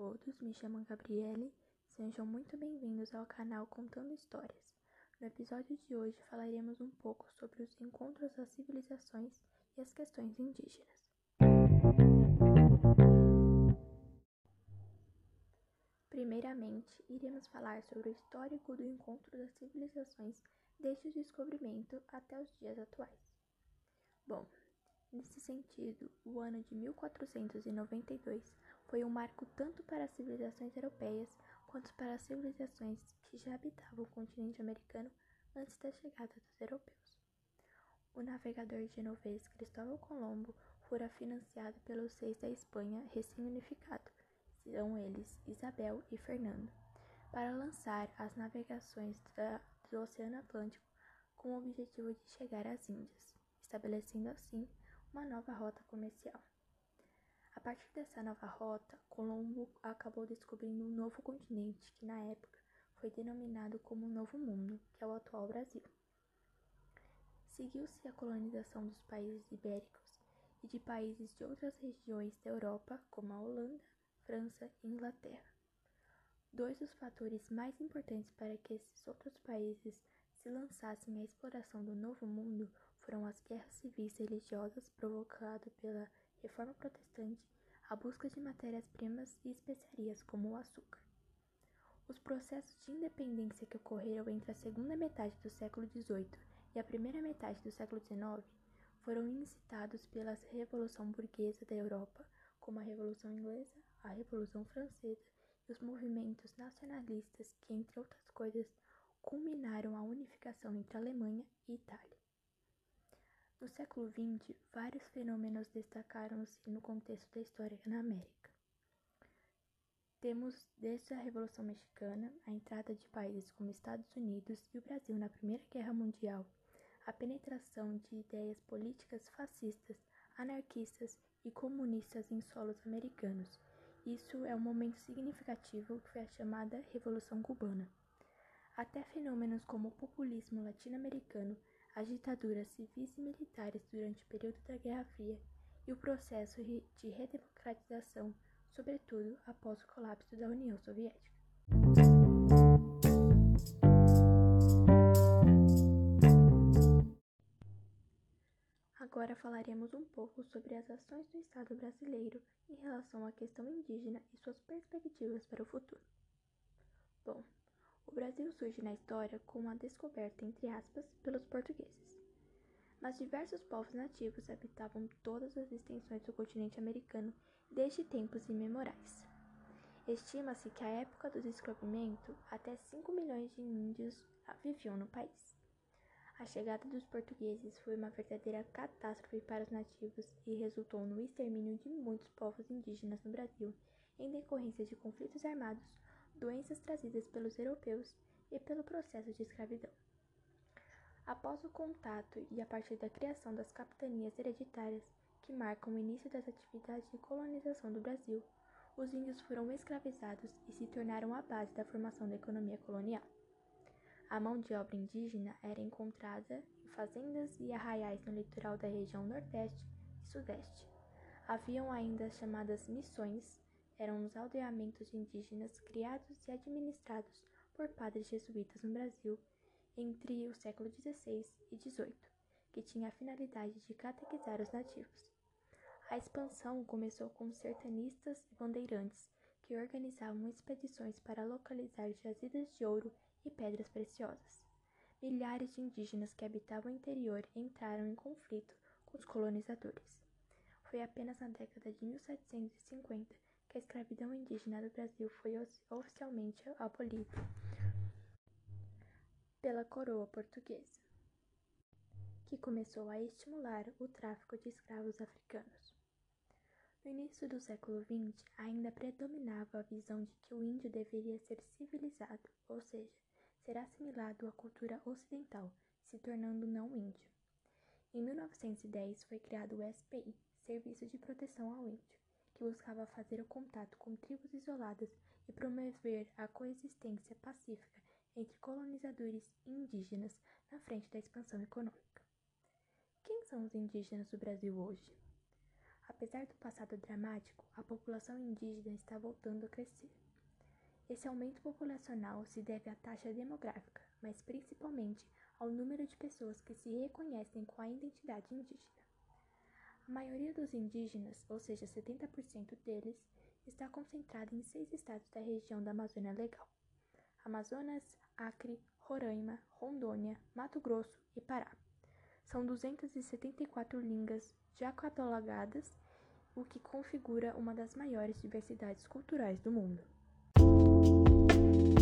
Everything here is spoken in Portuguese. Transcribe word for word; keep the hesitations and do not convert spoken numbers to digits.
todos, me chamo Gabriele, sejam muito bem-vindos ao canal Contando Histórias. No episódio de hoje falaremos um pouco sobre os encontros das civilizações e as questões indígenas. Primeiramente, iremos falar sobre o histórico do encontro das civilizações desde o descobrimento até os dias atuais. Bom, nesse sentido, o ano de mil quatrocentos e noventa e dois foi um marco tanto para as civilizações europeias quanto para as civilizações que já habitavam o continente americano antes da chegada dos europeus. O navegador genovês Cristóvão Colombo fora financiado pelos reis da Espanha recém-unificado, são eles Isabel e Fernando, para lançar as navegações da, do Oceano Atlântico com o objetivo de chegar às Índias, estabelecendo assim uma nova rota comercial. A partir dessa nova rota, Colombo acabou descobrindo um novo continente que, na época, foi denominado como Novo Mundo, que é o atual Brasil. Seguiu-se a colonização dos países ibéricos e de países de outras regiões da Europa, como a Holanda, França e Inglaterra. Dois dos fatores mais importantes para que esses outros países se lançassem à exploração do Novo Mundo foram as guerras civis religiosas provocadas pela Reforma Protestante, a busca de matérias-primas e especiarias como o açúcar. Os processos de independência que ocorreram entre a segunda metade do século dezoito e a primeira metade do século dezenove foram incitados pela Revolução Burguesa da Europa, como a Revolução Inglesa, a Revolução Francesa e os movimentos nacionalistas que, entre outras coisas, culminaram a unificação entre Alemanha e Itália. No século vinte, vários fenômenos destacaram-se no contexto da história na América. Temos desde a Revolução Mexicana, a entrada de países como Estados Unidos e o Brasil na Primeira Guerra Mundial, a penetração de ideias políticas fascistas, anarquistas e comunistas em solos americanos. Isso é um momento significativo que foi a chamada Revolução Cubana. Até fenômenos como o populismo latino-americano, as ditaduras civis e militares durante o período da Guerra Fria e o processo de redemocratização, sobretudo após o colapso da União Soviética. Agora falaremos um pouco sobre as ações do Estado brasileiro em relação à questão indígena e suas perspectivas para o futuro. Bom, o Brasil surge na história com uma descoberta, entre aspas, pelos portugueses. Mas diversos povos nativos habitavam todas as extensões do continente americano desde tempos imemorais. Estima-se que à época do descobrimento, até cinco milhões de índios viviam no país. A chegada dos portugueses foi uma verdadeira catástrofe para os nativos e resultou no extermínio de muitos povos indígenas no Brasil, em decorrência de conflitos armados, doenças trazidas pelos europeus e pelo processo de escravidão. Após o contato e a partir da criação das capitanias hereditárias, que marcam o início das atividades de colonização do Brasil, os índios foram escravizados e se tornaram a base da formação da economia colonial. A mão de obra indígena era encontrada em fazendas e arraiais no litoral da região Nordeste e Sudeste. Haviam ainda as chamadas missões, eram os aldeamentos indígenas criados e administrados por padres jesuítas no Brasil entre o século dezesseis e dezoito, que tinha a finalidade de catequizar os nativos. A expansão começou com os sertanistas e bandeirantes, que organizavam expedições para localizar jazidas de ouro e pedras preciosas. Milhares de indígenas que habitavam o interior entraram em conflito com os colonizadores. Foi apenas na década de mil setecentos e cinquenta que a escravidão indígena do Brasil foi oficialmente abolida pela coroa portuguesa, que começou a estimular o tráfico de escravos africanos. No início do século vinte, ainda predominava a visão de que o índio deveria ser civilizado, ou seja, ser assimilado à cultura ocidental, se tornando não índio. Em mil novecentos e dez foi criado o S P I, Serviço de Proteção ao Índio, que buscava fazer o contato com tribos isoladas e promover a coexistência pacífica entre colonizadores e indígenas na frente da expansão econômica. Quem são os indígenas do Brasil hoje? Apesar do passado dramático, a população indígena está voltando a crescer. Esse aumento populacional se deve à taxa demográfica, mas principalmente ao número de pessoas que se reconhecem com a identidade indígena. A maioria dos indígenas, ou seja, setenta por cento deles, está concentrada em seis estados da região da Amazônia Legal: Amazonas, Acre, Roraima, Rondônia, Mato Grosso e Pará. São duzentas e setenta e quatro línguas já catalogadas, o que configura uma das maiores diversidades culturais do mundo.